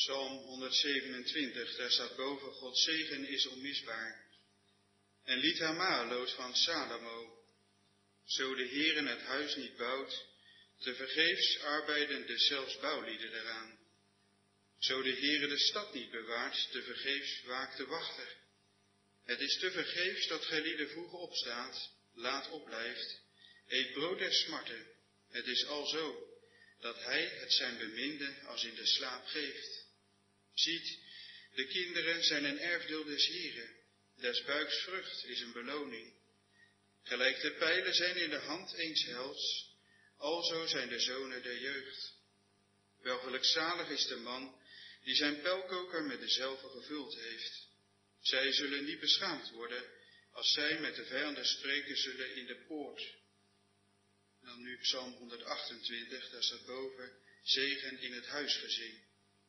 Psalm 127, daar staat boven: Gods zegen is onmisbaar. En lied Hamaaloos van Salomo. Zo de Heere het huis niet bouwt, tevergeefs arbeiden deszelfs bouwlieden eraan. Zo de Heere de stad niet bewaart, tevergeefs waakt de wachter. Het is tevergeefs dat gij lieden vroeg opstaat, laat opblijft, eet brood der smarten. Het is alzo dat hij het zijn beminde als in de slaap geeft. Ziet, de kinderen zijn een erfdeel des Heeren, des buiks vrucht is een beloning. Gelijk de pijlen zijn in de hand eens helds, alzo zijn de zonen der jeugd. Welgelukzalig is de man die zijn pijlkoker met dezelfde gevuld heeft. Zij zullen niet beschaamd worden, als zij met de vijanden spreken zullen in de poort. Dan nu Psalm 128, daar staat boven: zegen in het huisgezin.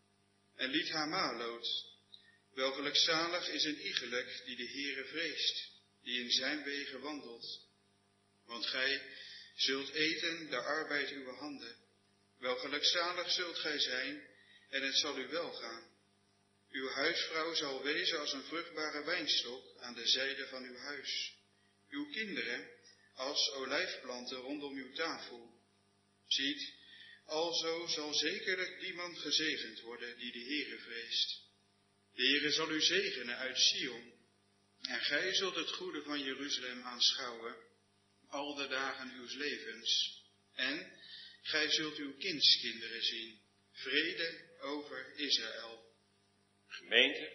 En lied Hamaaloot. Welgelukzalig is een iegelijk die de Heere vreest, die in zijn wegen wandelt. Want gij zult eten de arbeid uw handen. Welgelukzalig zult gij zijn, en het zal u welgaan. Uw huisvrouw zal wezen als een vruchtbare wijnstok aan de zijde van uw huis. Uw kinderen als olijfplanten rondom uw tafel. Ziet, alzo zal zekerlijk die man gezegend worden die de Heere vreest. De Heere zal u zegenen uit Sion, en gij zult het goede van Jeruzalem aanschouwen, al de dagen uws levens. En gij zult uw kindskinderen zien. Vrede over Israël. Gemeente,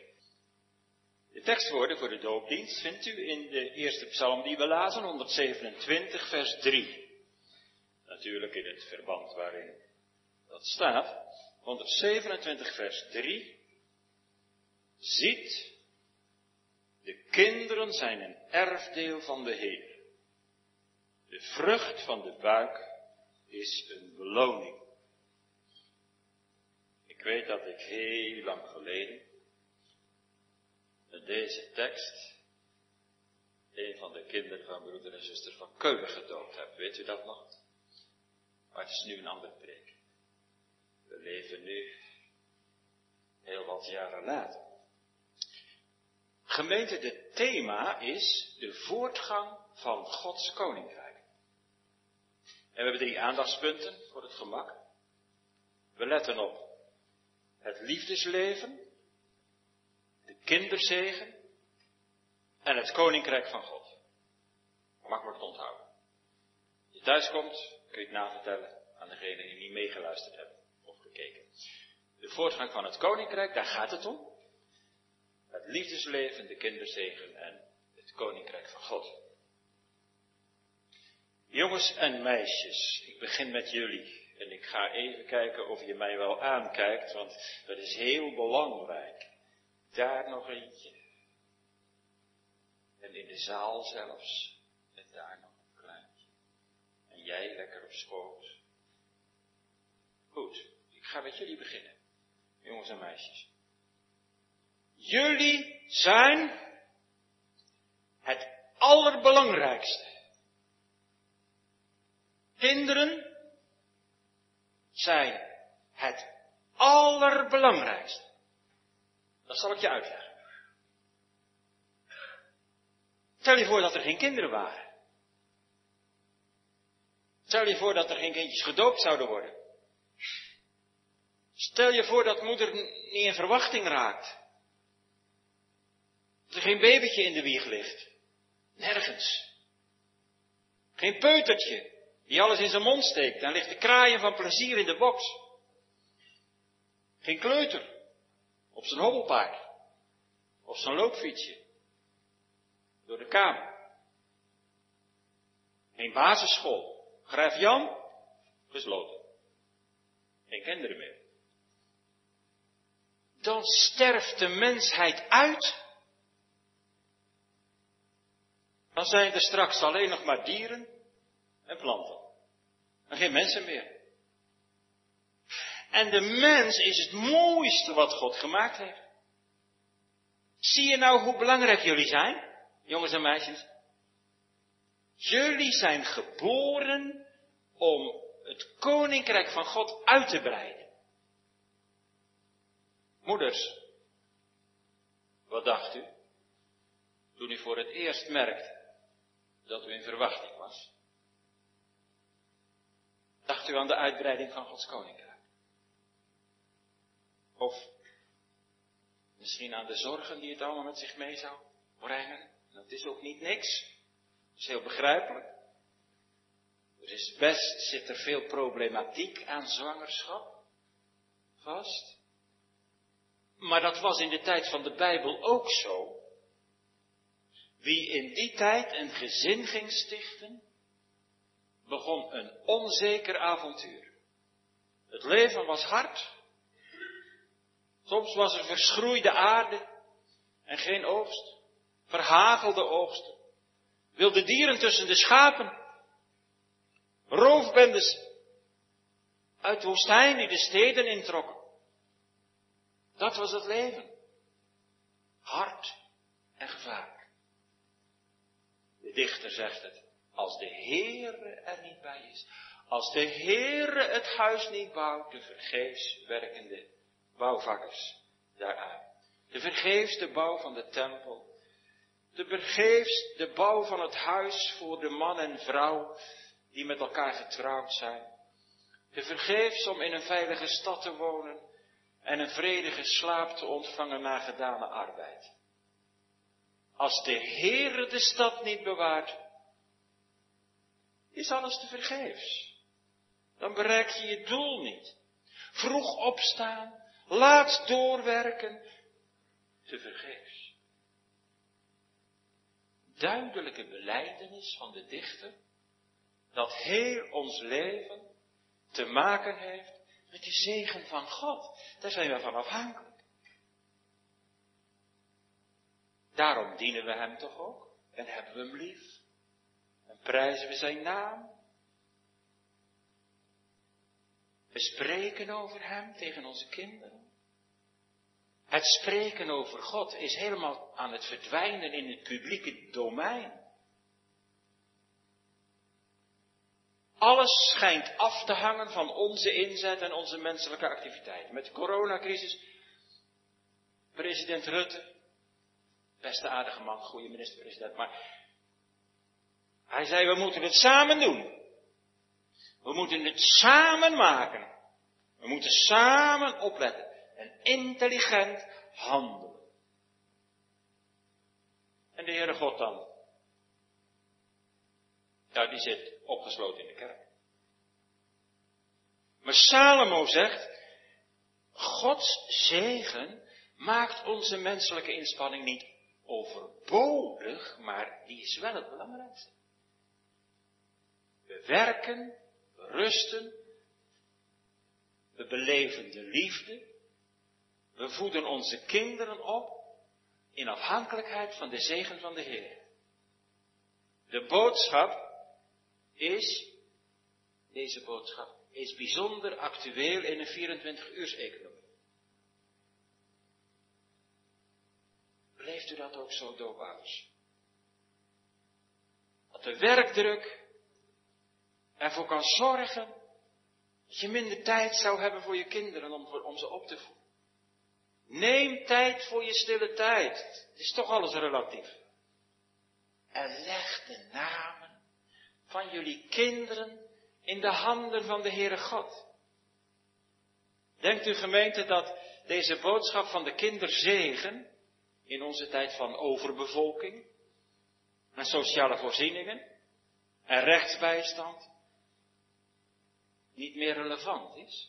de tekstwoorden voor de doopdienst vindt u in de eerste psalm die we lazen, 127, vers 3. Natuurlijk in het verband waarin dat staat. 127, vers 3. Ziet, de kinderen zijn een erfdeel van de Heer. De vrucht van de buik is een beloning. Ik weet dat ik heel lang geleden met deze tekst een van de kinderen van broeder en zuster van Keulen gedoopt heb. Weet u dat nog? Maar het is nu een andere preek. We leven nu heel wat jaren later. Gemeente, het thema is de voortgang van Gods koninkrijk. En we hebben 3 aandachtspunten voor het gemak. We letten op het liefdesleven, de kinderzegen en het koninkrijk van God. Makkelijk te onthouden. Als je thuis komt, kun je het navertellen aan degenen die niet meegeluisterd hebben of gekeken. De voortgang van het koninkrijk, daar gaat het om. Het liefdesleven, de kinderzegen en het koninkrijk van God. Jongens en meisjes, ik begin met jullie. En ik ga even kijken of je mij wel aankijkt, want dat is heel belangrijk. Daar nog eentje. En in de zaal zelfs. En daar nog een kleintje. En jij lekker op schoot. Goed, ik ga met jullie beginnen. Jongens en meisjes. Jullie zijn het allerbelangrijkste. Kinderen zijn het allerbelangrijkste. Dat zal ik je uitleggen. Stel je voor dat er geen kinderen waren. Stel je voor dat er geen kindjes gedoopt zouden worden. Stel je voor dat moeder niet in verwachting raakt. Dat er geen babytje in de wieg ligt. Nergens. Geen peutertje die alles in zijn mond steekt en ligt te kraaien van plezier in de box. Geen kleuter op zijn hobbelpaard of zijn loopfietsje door de kamer. Geen basisschool. Graaf Jan, gesloten. Geen kinderen meer. Dan sterft de mensheid uit. Dan zijn er straks alleen nog maar dieren en planten. En geen mensen meer. En de mens is het mooiste wat God gemaakt heeft. Zie je nou hoe belangrijk jullie zijn, jongens en meisjes? Jullie zijn geboren om het koninkrijk van God uit te breiden. Moeders, wat dacht u toen u voor het eerst merkte dat u in verwachting was? Dacht u aan de uitbreiding van Gods koninkrijk? Of misschien aan de zorgen die het allemaal met zich mee zou brengen? Dat is ook niet niks. Dat is heel begrijpelijk. Zit er veel problematiek aan zwangerschap vast. Maar dat was in de tijd van de Bijbel ook zo. Wie in die tijd een gezin ging stichten, begon een onzeker avontuur. Het leven was hard. Soms was er verschroeide aarde en geen oogst. Verhagelde oogsten. Wilde dieren tussen de schapen. Roofbendes uit de woestijn die de steden introkken. Dat was het leven. Hard en gevaarlijk. De dichter zegt het. Als de Heere er niet bij is. Als de Heere het huis niet bouwt. De vergeefs werkende bouwvakkers daaraan. De vergeefs de bouw van de tempel. De vergeefs de bouw van het huis voor de man en vrouw die met elkaar getrouwd zijn. De vergeefs om in een veilige stad te wonen en een vredige slaap te ontvangen na gedane arbeid. Als de Heere de stad niet bewaart, is alles te vergeefs. Dan bereik je je doel niet. Vroeg opstaan, laat doorwerken, te vergeefs. Duidelijke belijdenis van de dichter, dat heel ons leven te maken heeft met de zegen van God. Daar zijn we van afhankelijk. Daarom dienen we hem toch ook en hebben we hem lief. En prijzen we zijn naam. We spreken over hem tegen onze kinderen. Het spreken over God is helemaal aan het verdwijnen in het publieke domein. Alles schijnt af te hangen van onze inzet en onze menselijke activiteiten. Met de coronacrisis, president Rutte, beste aardige man, goede minister-president, maar hij zei, we moeten het samen doen. We moeten het samen maken. We moeten samen opletten en intelligent handelen. En de Heere God dan? Nou, die zit opgesloten in de kerk. Maar Salomo zegt, Gods zegen maakt onze menselijke inspanning niet overbodig, maar die is wel het belangrijkste. We werken, we rusten, we beleven de liefde, we voeden onze kinderen op in afhankelijkheid van de zegen van de Heer. De boodschap deze boodschap is bijzonder actueel in een 24-uurs-economie. Beleeft u dat ook zo, doopouders? Dat de werkdruk ervoor kan zorgen dat je minder tijd zou hebben voor je kinderen om ze op te voeden. Neem tijd voor je stille tijd. Het is toch alles relatief. En leg de namen van jullie kinderen in de handen van de Heere God. Denkt u, gemeente, dat deze boodschap van de kinderzegen in onze tijd van overbevolking en sociale voorzieningen en rechtsbijstand niet meer relevant is?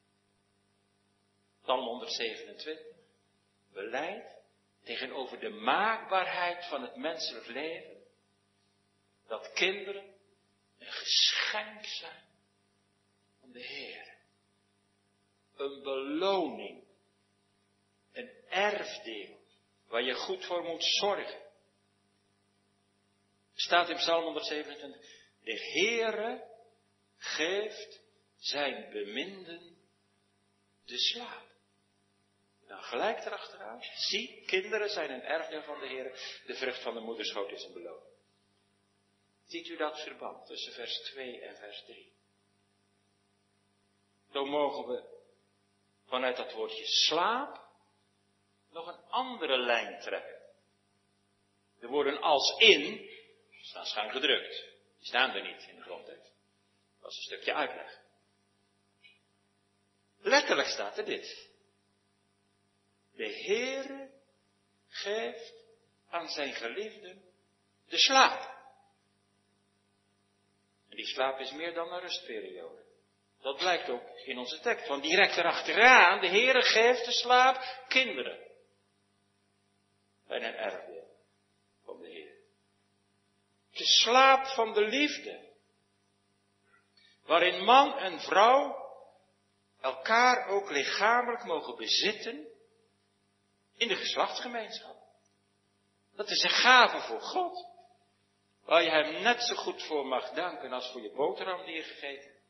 Psalm 127. Beleid tegenover de maakbaarheid van het menselijk leven, dat kinderen een geschenk zijn van de Heer. Een beloning, een erfdeel, waar je goed voor moet zorgen. Staat in Psalm 127, de Heere geeft zijn beminden de slaap. Nou, gelijk erachteraan. Zie, kinderen zijn een erfdeel van de Heer. De vrucht van de moederschoot is een beloning. Ziet u dat verband tussen vers 2 en vers 3? Zo mogen we vanuit dat woordje slaap nog een andere lijn trekken. De woorden als in staan schuin gedrukt. Die staan er niet in de grondtekst. Dat is een stukje uitleg. Letterlijk staat er dit. De Heere geeft aan zijn geliefden de slaap. En die slaap is meer dan een rustperiode. Dat blijkt ook in onze tekst. Want direct erachteraan, de Heere geeft de slaap kinderen. En een erfdeel van de Heer. De slaap van de liefde. Waarin man en vrouw elkaar ook lichamelijk mogen bezitten in de geslachtsgemeenschap. Dat is een gave voor God. Waar je hem net zo goed voor mag danken als voor je boterham die je gegeten hebt.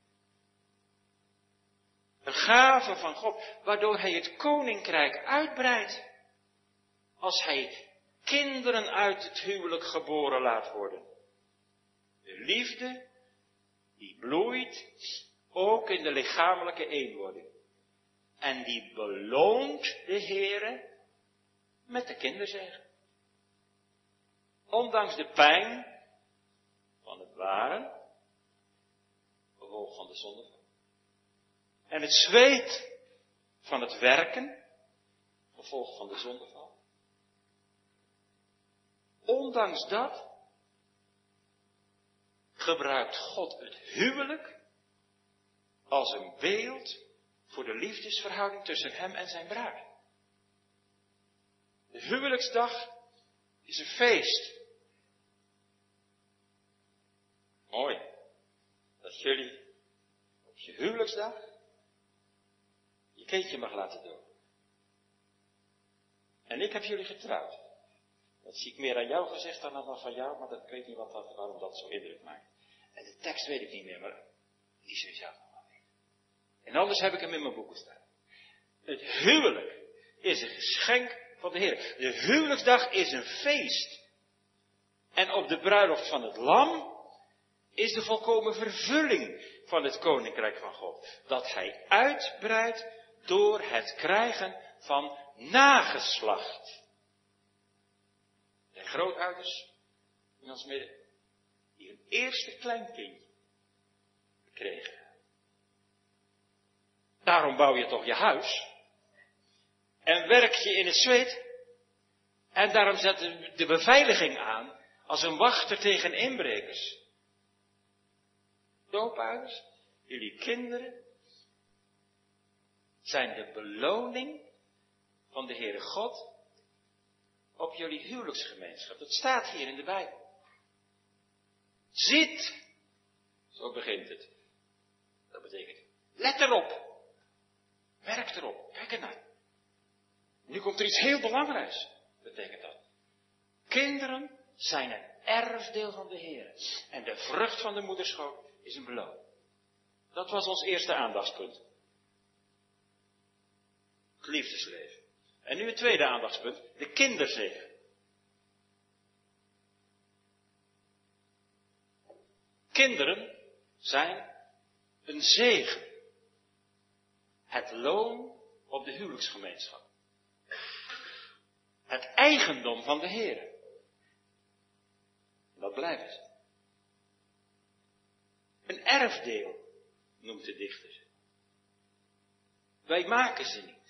Een gave van God, waardoor hij het koninkrijk uitbreidt. Als hij kinderen uit het huwelijk geboren laat worden. De liefde, die bloeit ook in de lichamelijke eenwording. En die beloont de Heere met de kinderzegen. Ondanks de pijn van het baren, gevolg van de zondeval. En het zweet van het werken, gevolg van de zondeval. Ondanks dat gebruikt God het huwelijk als een beeld voor de liefdesverhouding tussen hem en zijn bruid. De huwelijksdag is een feest. Mooi, dat jullie op je huwelijksdag je kindje mag laten doen. En ik heb jullie getrouwd. Dat zie ik meer aan jouw gezicht dan van jou, maar ik weet niet waarom dat zo indruk maakt. En de tekst weet ik niet meer, maar die zul je zelf nog wel weten. En anders heb ik hem in mijn boeken staan. Het huwelijk is een geschenk van de Heer. De huwelijksdag is een feest. En op de bruiloft van het lam is de volkomen vervulling van het koninkrijk van God. Dat hij uitbreidt door het krijgen van nageslacht. De grootouders in ons midden, die hun eerste kleinkindje kregen. Daarom bouw je toch je huis. En werk je in het zweet. En daarom zet de beveiliging aan als een wachter tegen inbrekers. Doopouders, jullie kinderen zijn de beloning van de Heere God op jullie huwelijksgemeenschap. Dat staat hier in de Bijbel. Zit, zo begint het. Dat betekent, let erop. Werk erop, kijk ernaar. Nu komt er iets heel belangrijks, betekent dat. Kinderen zijn een erfdeel van de Heer. En de vrucht van de moederschoot is een beloning. Dat was ons eerste aandachtspunt. Het liefdesleven. En nu het tweede aandachtspunt, de kinderzegen. Kinderen zijn een zegen. Het loon op de huwelijksgemeenschap. Het eigendom van de Heer. Dat blijven ze. Een erfdeel, noemt de dichter. Wij maken ze niet.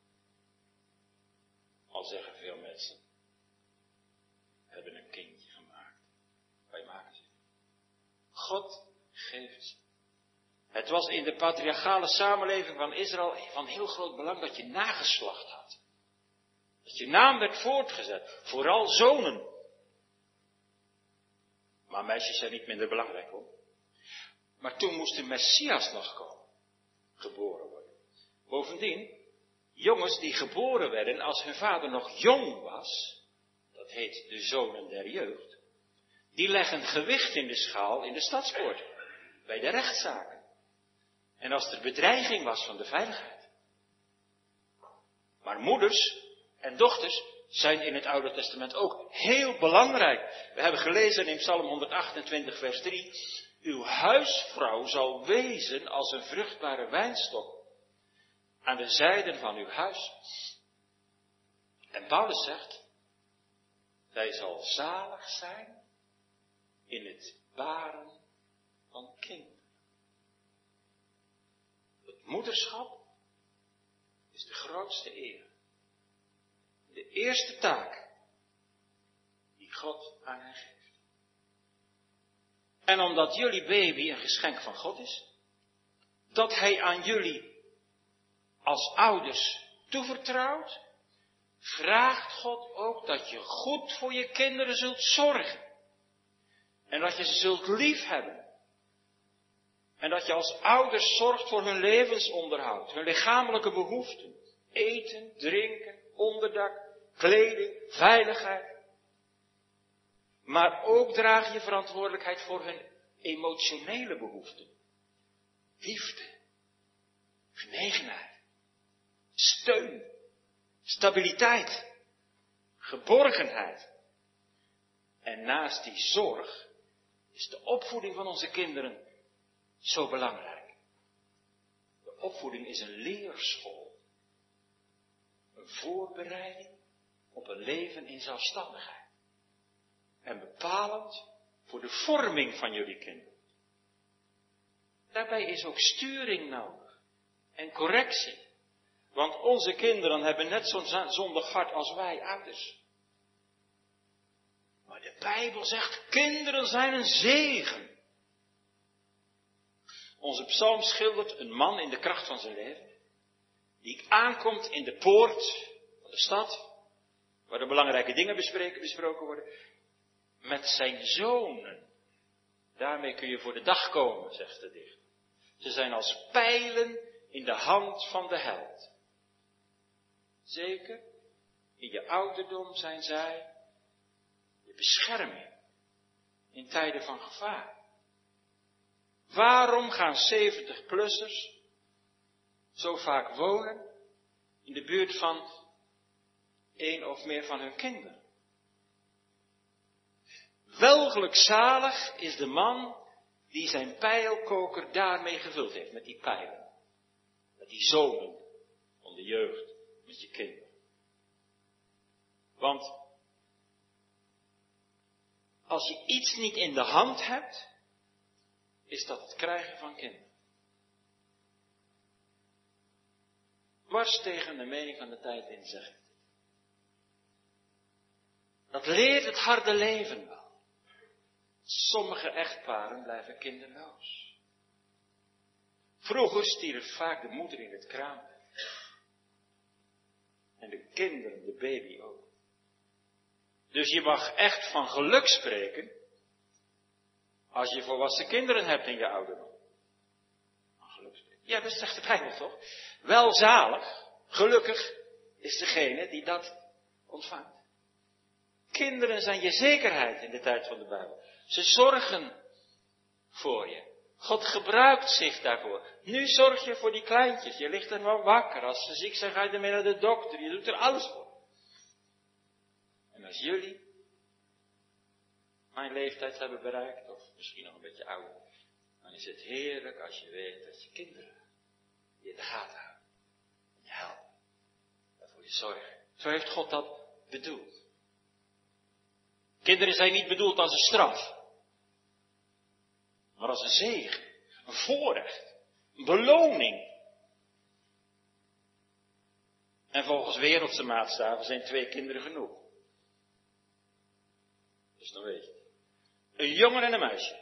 Al zeggen veel mensen, hebben een kindje gemaakt. Wij maken ze niet. God geeft ze. Het was in de patriarchale samenleving van Israël van heel groot belang dat je nageslacht had. Dat je naam werd voortgezet. Vooral zonen. Maar meisjes zijn niet minder belangrijk hoor. Maar toen moest de Messias nog komen. Geboren worden. Bovendien, jongens die geboren werden als hun vader nog jong was. Dat heet de zonen der jeugd. Die leggen gewicht in de schaal in de stadspoort. Bij de rechtszaken. En als er bedreiging was van de veiligheid. Maar moeders en dochters zijn in het Oude Testament ook heel belangrijk. We hebben gelezen in Psalm 128 vers 3. Uw huisvrouw zal wezen als een vruchtbare wijnstok aan de zijden van uw huis. En Paulus zegt, zij zal zalig zijn in het baren van kinderen. Het moederschap is de grootste eer. De eerste taak die God aan hen geeft. En omdat jullie baby een geschenk van God is, dat hij aan jullie als ouders toevertrouwt, vraagt God ook dat je goed voor je kinderen zult zorgen. En dat je ze zult liefhebben. En dat je als ouders zorgt voor hun levensonderhoud, hun lichamelijke behoeften. Eten, drinken, onderdak, kleding, veiligheid. Maar ook draag je verantwoordelijkheid voor hun emotionele behoeften. Liefde, genegenheid, steun, stabiliteit, geborgenheid. En naast die zorg is de opvoeding van onze kinderen zo belangrijk. De opvoeding is een leerschool. Een voorbereiding op een leven in zelfstandigheid. En bepalend voor de vorming van jullie kinderen. Daarbij is ook sturing nodig. En correctie. Want onze kinderen hebben net zo'n zondig hart als wij ouders. Maar de Bijbel zegt, kinderen zijn een zegen. Onze psalm schildert een man in de kracht van zijn leven. Die aankomt in de poort van de stad. Waar de belangrijke dingen besproken worden. Met zijn zonen. Daarmee kun je voor de dag komen, zegt de dichter. Ze zijn als pijlen in de hand van de held. Zeker, in je ouderdom zijn zij je bescherming in tijden van gevaar. Waarom gaan 70-plussers zo vaak wonen in de buurt van één of meer van hun kinderen? Welgelukzalig is de man die zijn pijlkoker daarmee gevuld heeft, met die pijlen. Met die zonen van de jeugd, met je kinderen. Want als je iets niet in de hand hebt, is dat het krijgen van kinderen. Dwars tegen de mening van de tijd in, zeg ik. Dat leert het harde leven wel. Sommige echtparen blijven kinderloos. Vroeger stierf vaak de moeder in het kraam. En de kinderen, de baby ook. Dus je mag echt van geluk spreken, als je volwassen kinderen hebt in je ouderdom. Van geluk spreken. Ja, dat zegt de Bijbel toch? Welzalig, gelukkig is degene die dat ontvangt. Kinderen zijn je zekerheid in de tijd van de Bijbel. Ze zorgen voor je. God gebruikt zich daarvoor. Nu zorg je voor die kleintjes. Je ligt er wel wakker. Als ze ziek zijn, ga je ermee naar de dokter. Je doet er alles voor. En als jullie mijn leeftijd hebben bereikt, of misschien nog een beetje ouder, dan is het heerlijk als je weet dat je kinderen je in de gaten houden. Je helpen. Daarvoor je zorgen. Zo heeft God dat bedoeld. Kinderen zijn niet bedoeld als een straf. Maar als een zegen. Een voorrecht. Een beloning. En volgens wereldse maatstaven zijn 2 kinderen genoeg. Dus dan weet je. Een jongen en een meisje.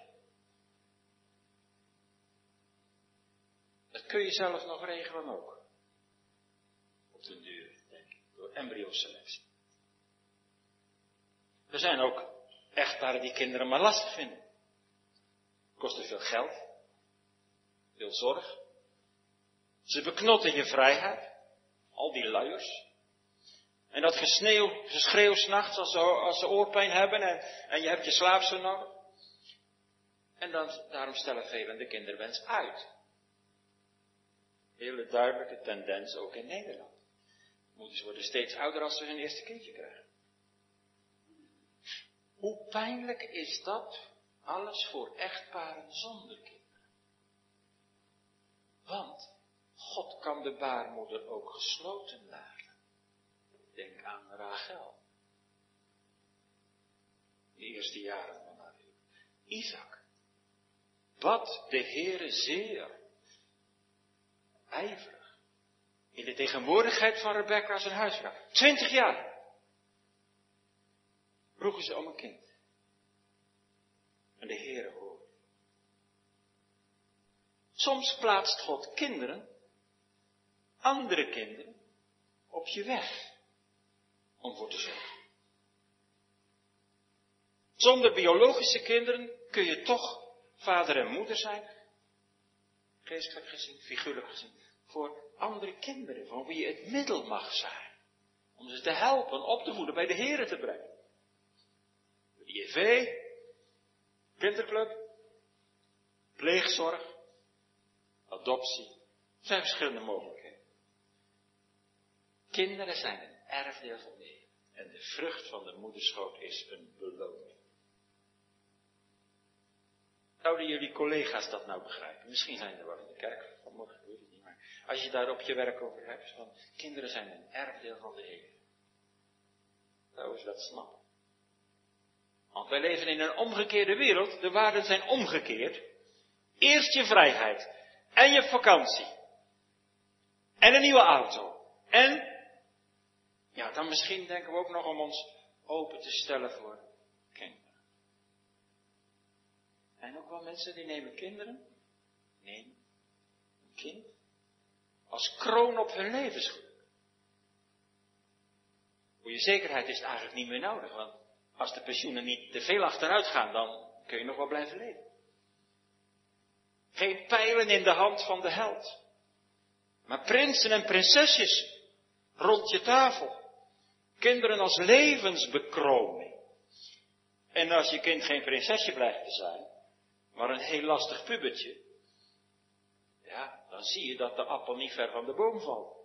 Dat kun je zelf nog regelen ook. Op den duur, denk ik. Door embryoselectie. Er zijn ook echtparen die kinderen maar lastig vinden. Kost veel geld. Veel zorg. Ze beknotten je vrijheid. Al die luiers. En dat geschreeuw 's nachts als ze oorpijn hebben en je hebt je slaap zo nodig. En daarom stellen velen de kinderwens uit. Hele duidelijke tendens ook in Nederland. Moeders worden steeds ouder als ze hun eerste kindje krijgen. Hoe pijnlijk is dat alles voor echtparen zonder kinderen? Want God kan de baarmoeder ook gesloten laten. Denk aan Rachel. De eerste jaren van haar leven. Isaac. Bad de Heere zeer ijverig. In de tegenwoordigheid van Rebekka zijn huisvrouw. 20 jaar. Vroegen ze om een kind. En de Heere hoorde. Soms plaatst God kinderen, andere kinderen, op je weg. Om voor te zorgen. Zonder biologische kinderen kun je toch vader en moeder zijn. Geestelijk gezien, figuurlijk gezien. Voor andere kinderen, van wie je het middel mag zijn. Om ze te helpen, op te voeden, bij de Heere te brengen. De IEV, kinderclub, pleegzorg, adoptie. Er zijn verschillende mogelijkheden. Kinderen zijn een erfdeel van de Heer. En de vrucht van de moederschoot is een beloning. Zouden jullie collega's dat nou begrijpen? Misschien zijn er wel in de kerk vanmorgen, ik weet het niet. Maar als je daar op je werk over hebt, van kinderen zijn een erfdeel van de Heer. Zouden ze dat snappen? Want wij leven in een omgekeerde wereld. De waarden zijn omgekeerd. Eerst je vrijheid. En je vakantie. En een nieuwe auto. En, ja, dan misschien denken we ook nog om ons open te stellen voor kinderen. En ook wel mensen die nemen kinderen. Neem een kind. Als kroon op hun levensgeluk. Voor je zekerheid is het eigenlijk niet meer nodig. Want als de pensioenen niet te veel achteruit gaan, dan kun je nog wel blijven leven. Geen pijlen in de hand van de held. Maar prinsen en prinsesjes rond je tafel. Kinderen als levensbekroning. En als je kind geen prinsesje blijkt te zijn, maar een heel lastig pubertje, ja, dan zie je dat de appel niet ver van de boom valt.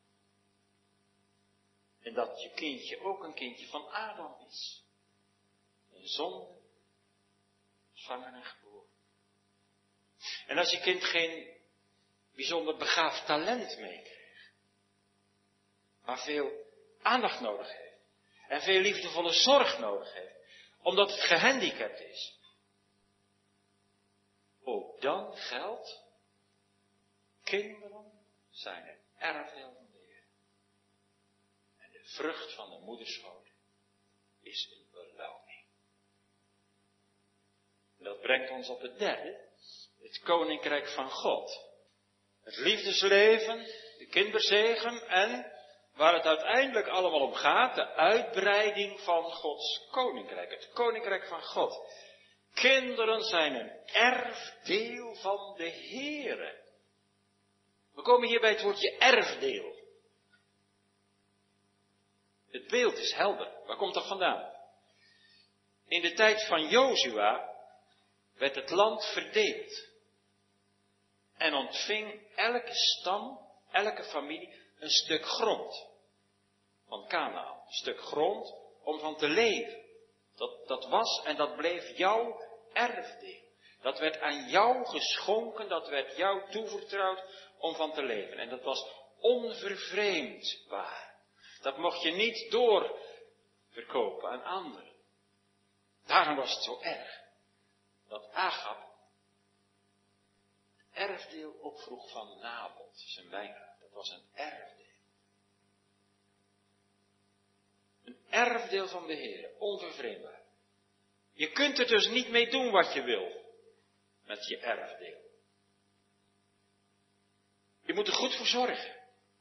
En dat je kindje ook een kindje van Adam is. In zonde, ontvangen en geboren. En als je kind geen bijzonder begaafd talent meekrijgt, maar veel aandacht nodig heeft, en veel liefdevolle zorg nodig heeft, omdat het gehandicapt is, ook dan geldt, kinderen zijn een erfdeel van de Heer. En de vrucht van de moederschoot is een beloning. En dat brengt ons op het derde, het koninkrijk van God. Het liefdesleven, de kinderzegen en, waar het uiteindelijk allemaal om gaat, de uitbreiding van Gods koninkrijk. Het koninkrijk van God. Kinderen zijn een erfdeel van de Heere. We komen hier bij het woordje erfdeel. Het beeld is helder. Waar komt dat vandaan? In de tijd van Jozua werd het land verdeeld. En ontving elke stam, elke familie, een stuk grond. Van Kanaan. Een stuk grond om van te leven. Dat was en dat bleef jouw erfdeel. Dat werd aan jou geschonken, dat werd jou toevertrouwd om van te leven. En dat was onvervreemdbaar. Dat mocht je niet doorverkopen aan anderen. Daarom was het zo erg dat Agab erfdeel opvroeg van Nabot, zijn wijngaard. Dat was een erfdeel. Een erfdeel van de Heer, onvervreemdbaar. Je kunt er dus niet mee doen wat je wil met je erfdeel. Je moet er goed voor zorgen.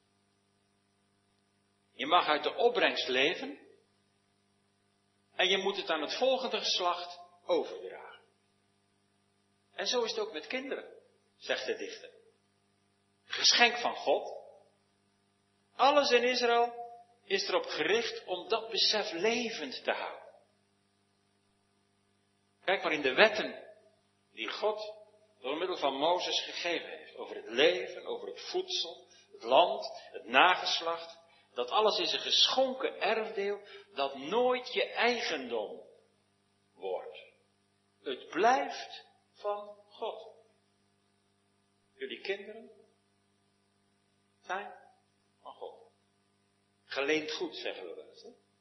Je mag uit de opbrengst leven en je moet het aan het volgende geslacht overdragen. En zo is het ook met kinderen, zegt de dichter. Geschenk van God. Alles in Israël is erop gericht om dat besef levend te houden. Kijk maar in de wetten die God door middel van Mozes gegeven heeft. Over het leven, over het voedsel, het land, het nageslacht. Dat alles is een geschonken erfdeel dat nooit je eigendom wordt. Het blijft van God. Jullie kinderen zijn van God. Geleend goed, zeggen we wel eens. Hè?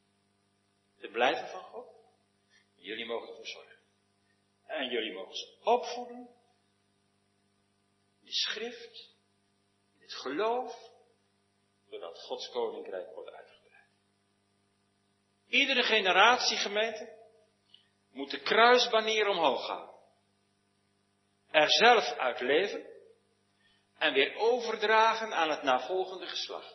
te blijven van God. Jullie mogen ervoor zorgen. En jullie mogen ze opvoeden. In de schrift. In het geloof. Zodat Gods koninkrijk wordt uitgebreid. Iedere generatie, gemeente, moet de kruisbanier omhoog gaan. Er zelf uit leven. En weer overdragen aan het navolgende geslacht.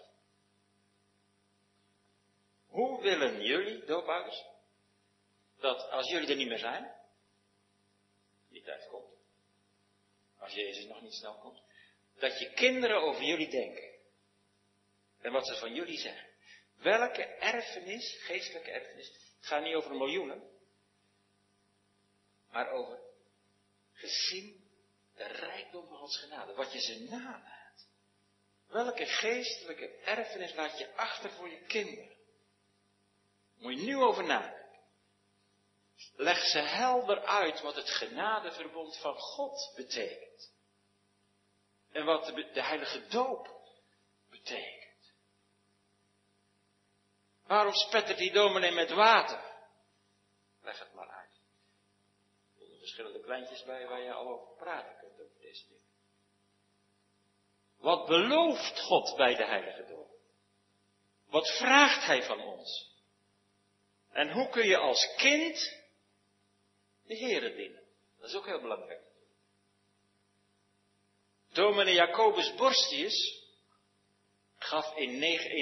Hoe willen jullie, doopouders, dat als jullie er niet meer zijn, die tijd komt, als Jezus nog niet snel komt, dat je kinderen over jullie denken en wat ze van jullie zeggen? Welke erfenis, geestelijke erfenis, het gaat niet over miljoenen, maar over gezien de rijkdom van Gods genade, wat je ze nalaat. Welke geestelijke erfenis laat je achter voor je kinderen? Moet je nu over nadenken. Leg ze helder uit wat het genadeverbond van God betekent. En wat de heilige doop betekent. Waarom spettert die dominee met water? Leg het maar uit. Er zijn verschillende kleintjes bij waar je al over praten kunt over deze dingen. Wat belooft God bij de heilige doop? Wat vraagt hij van ons? En hoe kun je als kind de Heere dienen? Dat is ook heel belangrijk. Dominee Jacobus Borstius gaf in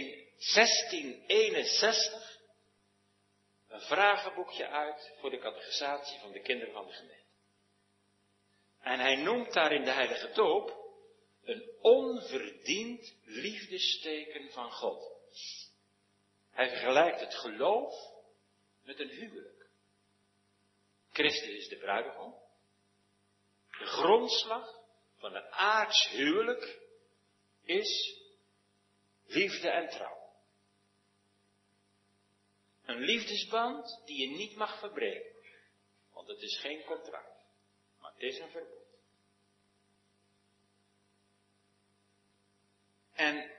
1661 een vragenboekje uit voor de catechisatie van de kinderen van de gemeente. En hij noemt daarin de heilige doop een onverdiend liefdesteken van God. Hij vergelijkt het geloof met een huwelijk. Christus is de bruidegom. De grondslag van een aards huwelijk is liefde en trouw. Een liefdesband die je niet mag verbreken. Want het is geen contract, maar het is een verbond. En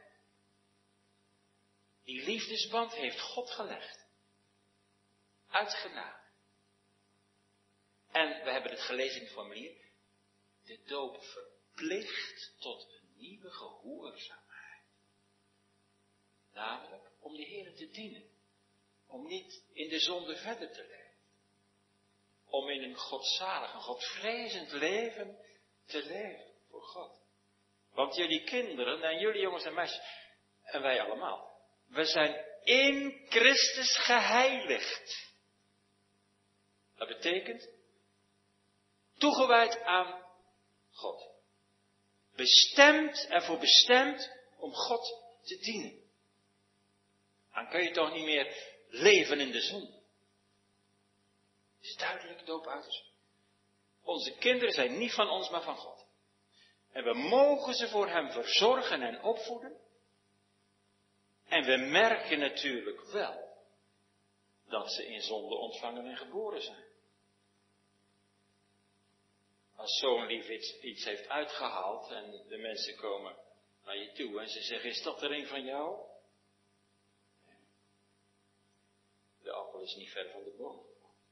die liefdesband heeft God gelegd. Uit genade. En we hebben het gelezen in het formulier. De doop verplicht tot een nieuwe gehoorzaamheid. Namelijk om de Heer te dienen. Om niet in de zonde verder te leven. Om in een godzalig, een godvrezend leven te leven voor God. Want jullie kinderen en jullie jongens en meisjes en wij allemaal. We zijn in Christus geheiligd. Dat betekent toegewijd aan God. Bestemd, ervoor bestemd om God te dienen. Dan kun je toch niet meer leven in de zon. Het is duidelijk, doopouders. Onze kinderen zijn niet van ons, maar van God. En we mogen ze voor hem verzorgen en opvoeden. En we merken natuurlijk wel dat ze in zonde ontvangen en geboren zijn. Als zo'n lief iets heeft uitgehaald en de mensen komen naar je toe en ze zeggen, is dat er een van jou? De appel is niet ver van de boom.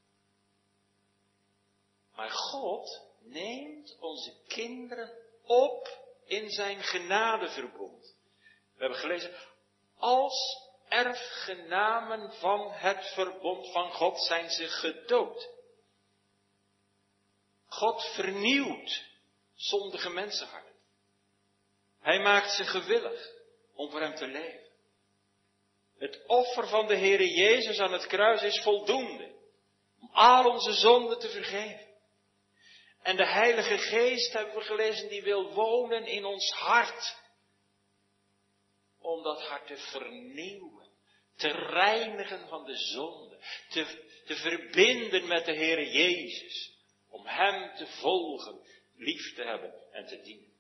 Maar God neemt onze kinderen op in zijn genadeverbond. We hebben gelezen, als erfgenamen van het verbond van God zijn ze gedoopt. God vernieuwt zondige mensenharten. Hij maakt ze gewillig om voor hem te leven. Het offer van de Heere Jezus aan het kruis is voldoende om al onze zonden te vergeven. En de Heilige Geest, hebben we gelezen, die wil wonen in ons hart. Om dat hart te vernieuwen, te reinigen van de zonde, te verbinden met de Heere Jezus. Om hem te volgen, lief te hebben en te dienen.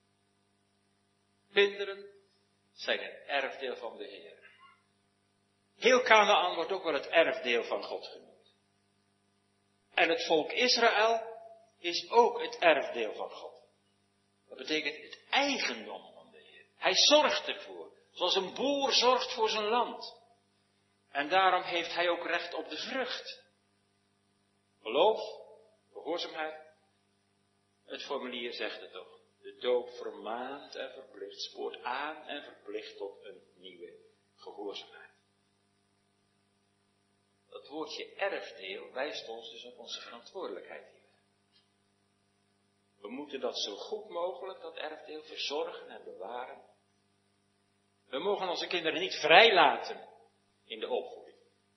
Kinderen zijn een erfdeel van de Heer. Heel Kanaan wordt ook wel het erfdeel van God genoemd. En het volk Israël is ook het erfdeel van God. Dat betekent het eigendom van de Heer. Hij zorgt ervoor, zoals een boer zorgt voor zijn land. En daarom heeft hij ook recht op de vrucht. Geloof, gehoorzaamheid. Het formulier zegt het toch. De doop vermaant en verplicht, spoort aan en verplicht tot een nieuwe gehoorzaamheid. Dat woordje erfdeel wijst ons dus op onze verantwoordelijkheid hier. We moeten dat zo goed mogelijk, dat erfdeel, verzorgen en bewaren. We mogen onze kinderen niet vrijlaten in de opvoeding.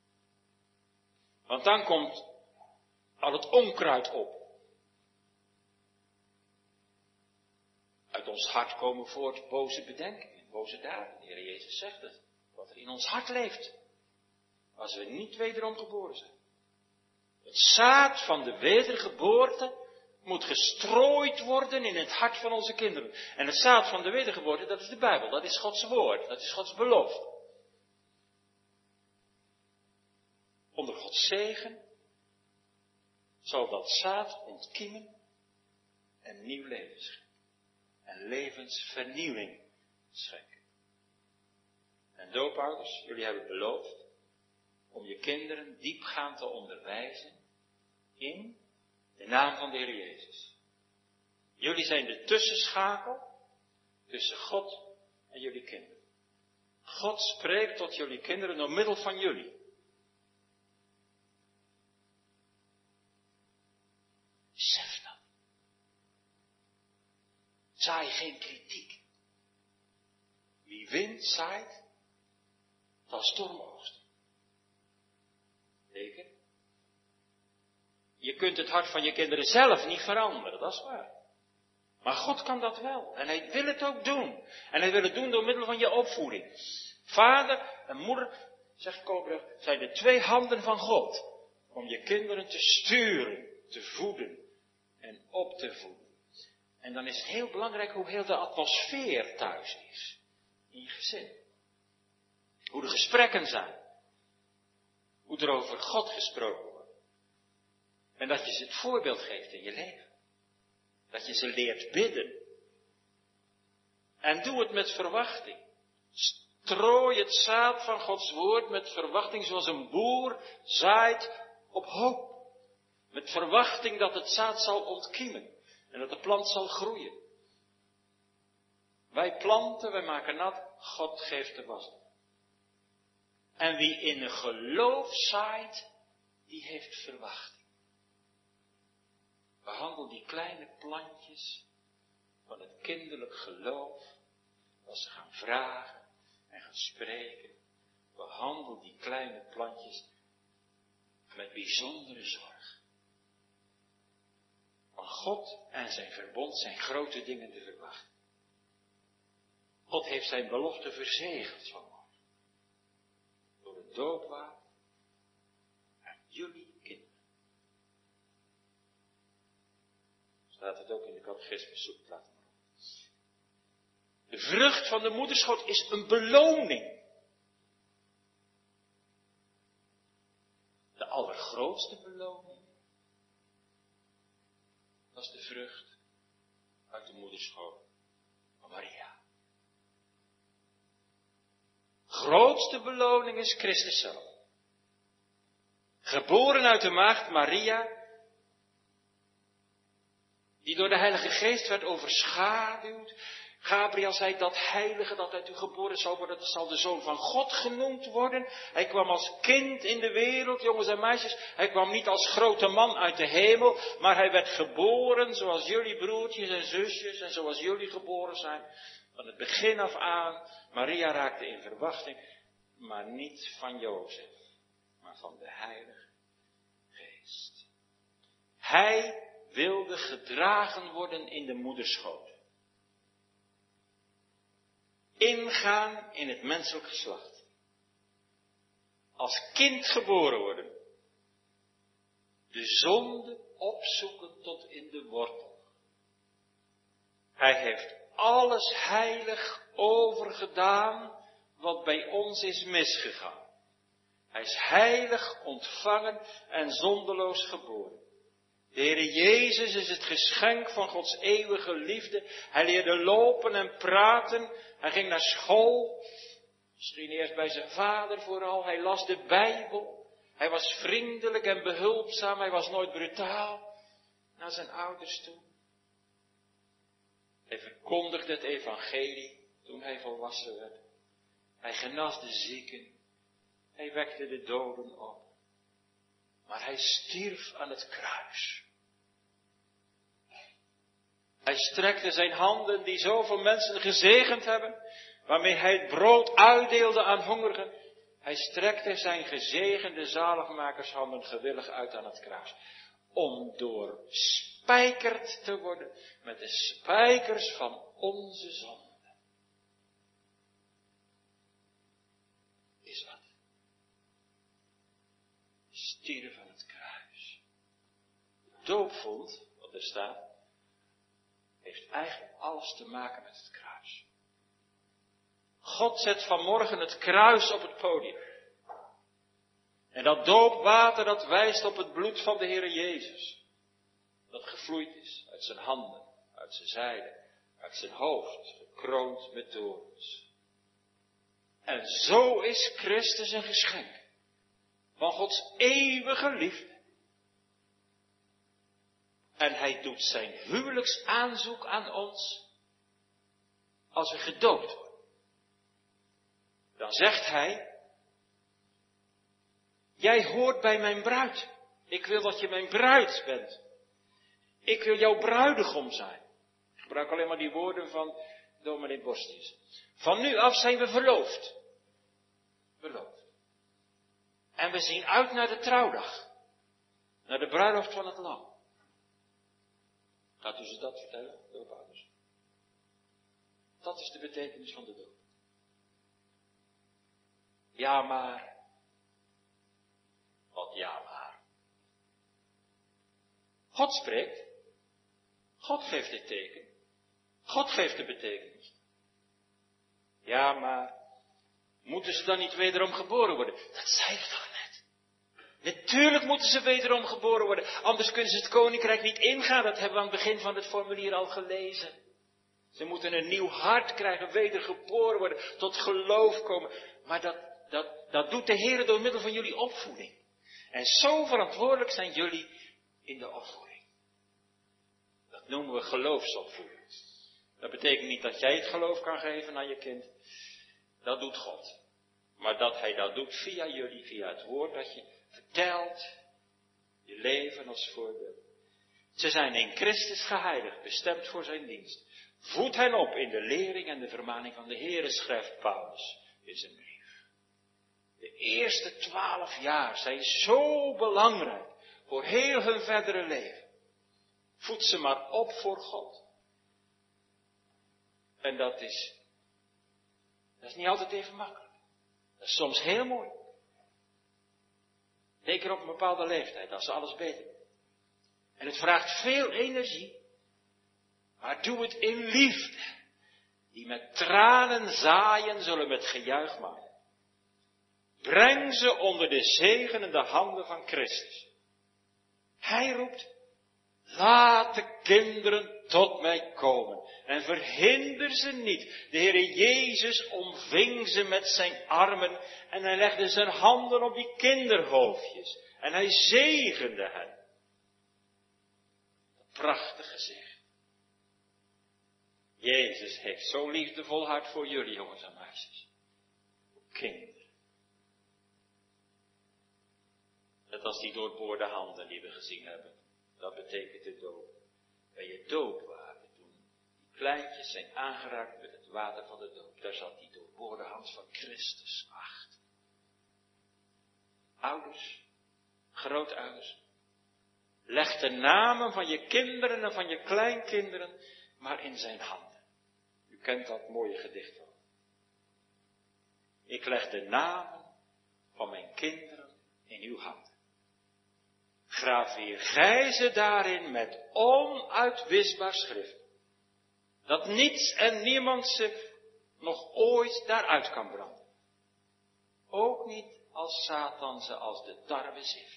Want dan komt al het onkruid op. Uit ons hart komen voort boze bedenkingen, boze daden. De Heer Jezus zegt het. Wat er in ons hart leeft. Als we niet wederom geboren zijn. Het zaad van de wedergeboorte moet gestrooid worden in het hart van onze kinderen. En het zaad van de wedergeboorte, dat is de Bijbel. Dat is Gods woord. Dat is Gods belofte. Onder Gods zegen zal dat zaad ontkiemen en nieuw leven schenken. En levensvernieuwing schenken. En doopouders, jullie hebben beloofd om je kinderen diepgaand te onderwijzen in de naam van de Heer Jezus. Jullie zijn de tussenschakel tussen God en jullie kinderen. God spreekt tot jullie kinderen door middel van jullie. Besef dat. Zaai geen kritiek. Wie wint, zaait, zal stormoogsten. Zeker? Je kunt het hart van je kinderen zelf niet veranderen, dat is waar. Maar God kan dat wel. En hij wil het ook doen. En hij wil het doen door middel van je opvoeding. Vader en moeder, zegt Koopbrug, zijn de twee handen van God. Om je kinderen te sturen, te voeden en op te voeden. En dan is het heel belangrijk hoe heel de atmosfeer thuis is. In je gezin. Hoe de gesprekken zijn. Hoe er over God gesproken wordt. En dat je ze het voorbeeld geeft in je leven. Dat je ze leert bidden. En doe het met verwachting. Strooi het zaad van Gods woord met verwachting zoals een boer zaait op hoop. Met verwachting dat het zaad zal ontkiemen. En dat de plant zal groeien. Wij planten, wij maken nat, God geeft de was. En wie in een geloof zaait, die heeft verwachting. Behandel die kleine plantjes van het kinderlijk geloof, als ze gaan vragen en gaan spreken. Behandel die kleine plantjes met bijzondere zorg. Van God en zijn verbond zijn grote dingen te verwachten. God heeft zijn belofte verzegeld vanmorgen. Door het doopwater aan jullie kinderen. Staat het ook in de catechismus, zoek het later maar op. De vrucht van de moederschoot is een beloning. De allergrootste beloning. Dat is de vrucht uit de moederschoot van Maria. Grootste beloning is Christus zelf. Geboren uit de maagd Maria, die door de Heilige Geest werd overschaduwd. Gabriel zei, dat heilige dat uit u geboren zal worden, dat zal de Zoon van God genoemd worden. Hij kwam als kind in de wereld, jongens en meisjes. Hij kwam niet als grote man uit de hemel, maar hij werd geboren zoals jullie broertjes en zusjes en zoals jullie geboren zijn. Van het begin af aan, Maria raakte in verwachting, maar niet van Jozef, maar van de Heilige Geest. Hij wilde gedragen worden in de moederschoot. Ingaan in het menselijk geslacht. Als kind geboren worden. De zonde opzoeken tot in de wortel. Hij heeft alles heilig overgedaan wat bij ons is misgegaan. Hij is heilig ontvangen en zondeloos geboren. De Heere Jezus is het geschenk van Gods eeuwige liefde. Hij leerde lopen en praten. Hij ging naar school. Misschien eerst bij zijn vader vooral. Hij las de Bijbel. Hij was vriendelijk en behulpzaam. Hij was nooit brutaal naar zijn ouders toe. Hij verkondigde het evangelie toen hij volwassen werd. Hij genas de zieken. Hij wekte de doden op. Maar hij stierf aan het kruis. Hij strekte zijn handen die zoveel mensen gezegend hebben, waarmee hij het brood uitdeelde aan hongerigen. Hij strekte zijn gezegende zaligmakershanden gewillig uit aan het kruis. Om doorspijkerd te worden met de spijkers van onze zonde. Is wat? Stierf aan het kruis. Doopvond, wat er staat, heeft eigenlijk alles te maken met het kruis. God zet vanmorgen het kruis op het podium. En dat doopwater dat wijst op het bloed van de Heere Jezus. Dat gevloeid is uit zijn handen, uit zijn zijde, uit zijn hoofd, gekroond met dorens. En zo is Christus een geschenk van Gods eeuwige liefde. En hij doet zijn huwelijksaanzoek aan ons als we gedoopt worden. Dan zegt hij, jij hoort bij mijn bruid. Ik wil dat je mijn bruid bent. Ik wil jouw bruidegom zijn. Ik gebruik alleen maar die woorden van dominee Borstius. Van nu af zijn we verloofd. Verloofd. En we zien uit naar de trouwdag. Naar de bruiloft van het lam. Gaat u ze dat vertellen, doopouders? Dat is de betekenis van de doop. Ja, maar. Wat ja, maar. God spreekt. God geeft het teken. God geeft de betekenis. Ja, maar. Moeten ze dan niet wederom geboren worden? Dat zei ik toch net. Natuurlijk moeten ze wederom geboren worden. Anders kunnen ze het koninkrijk niet ingaan. Dat hebben we aan het begin van het formulier al gelezen. Ze moeten een nieuw hart krijgen. Wedergeboren worden. Tot geloof komen. Maar dat doet de Heer door middel van jullie opvoeding. En zo verantwoordelijk zijn jullie in de opvoeding. Dat noemen we geloofsopvoeding. Dat betekent niet dat jij het geloof kan geven aan je kind. Dat doet God. Maar dat hij dat doet via jullie, via het woord dat je vertelt, je leven als voorbeeld. Ze zijn in Christus geheiligd, bestemd voor zijn dienst. Voed hen op in de lering en de vermaning van de Heere, schrijft Paulus in zijn brief. De eerste 12 jaar zijn zo belangrijk voor heel hun verdere leven. Voed ze maar op voor God. En dat is niet altijd even makkelijk. Dat is soms heel mooi. Zeker op een bepaalde leeftijd, als alles beter wordt. En het vraagt veel energie. Maar doe het in liefde. Die met tranen zaaien, zullen met gejuich maken. Breng ze onder de zegenende handen van Christus. Hij roept, laat de kinderen tot mij komen. En verhinder ze niet. De Heere Jezus omving ze met zijn armen. En hij legde zijn handen op die kinderhoofdjes. En hij zegende hen. Prachtig gezicht. Jezus heeft zo'n liefdevol hart voor jullie, jongens en meisjes. Kinderen. Net als die doorboorde handen die we gezien hebben. Dat betekent de doop. Bij je doopwater, toen die kleintjes zijn aangeraakt met het water van de doop, daar zat die doorboorde hand van Christus achter. Ouders, grootouders, leg de namen van je kinderen en van je kleinkinderen maar in zijn handen. U kent dat mooie gedicht wel. Ik leg de namen van mijn kinderen in uw handen. Graveer gij ze daarin met onuitwisbaar schrift. Dat niets en niemand ze nog ooit daaruit kan branden. Ook niet als Satan ze als de tarwe zift.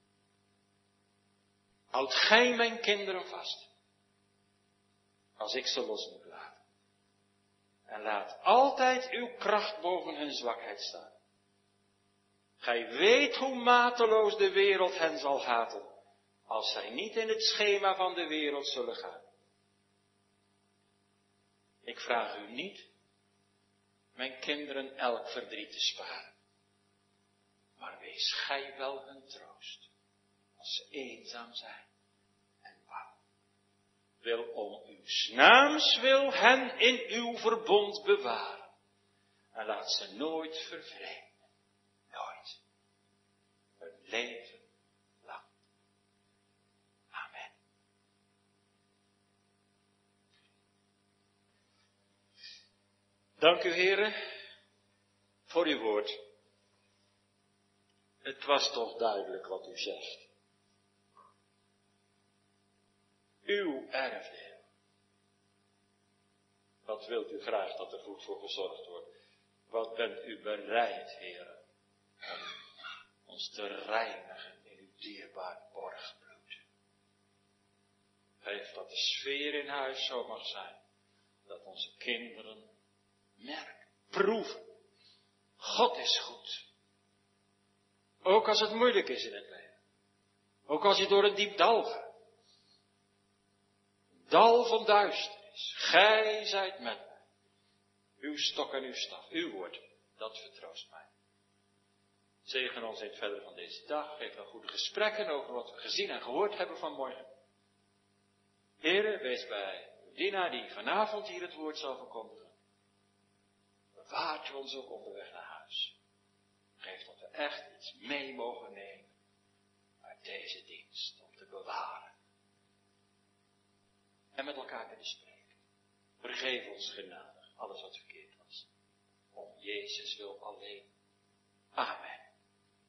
Houd gij mijn kinderen vast. Als ik ze los moet laten. En laat altijd uw kracht boven hun zwakheid staan. Gij weet hoe mateloos de wereld hen zal haten, als zij niet in het schema van de wereld zullen gaan. Ik vraag u niet, mijn kinderen, elk verdriet te sparen. Maar wees gij wel hun troost, als ze eenzaam zijn en bang. Wil om uw naams wil hen in uw verbond bewaren. En laat ze nooit vervreemden. Nooit. Hun leven lang. Amen. Dank u, Heere, voor uw woord. Het was toch duidelijk wat u zegt. Uw erfdeel. Wat wilt u graag dat er goed voor gezorgd wordt? Wat bent u bereid, Heere, om ons te reinigen in uw dierbaar borgbloed? Geef dat de sfeer in huis zo mag zijn, dat onze kinderen merken, proeven. God is goed. Ook als het moeilijk is in het leven. Ook als je door een diep dal gaat. Dal van duisternis. Gij zijt met mij. Uw stok en uw staf, uw woord, dat vertroost mij. Zegen ons in het verder van deze dag. Geef nog goede gesprekken over wat we gezien en gehoord hebben vanmorgen. Heere, wees bij uw dienaar die vanavond hier het woord zal verkondigen. Bewaart u ons ook onderweg naar huis. Geef dat we echt iets mee mogen nemen uit deze dienst om te bewaren. En met elkaar te bespreken. Vergeef ons genadig alles wat verkeerd was. Om Jezus wil alleen.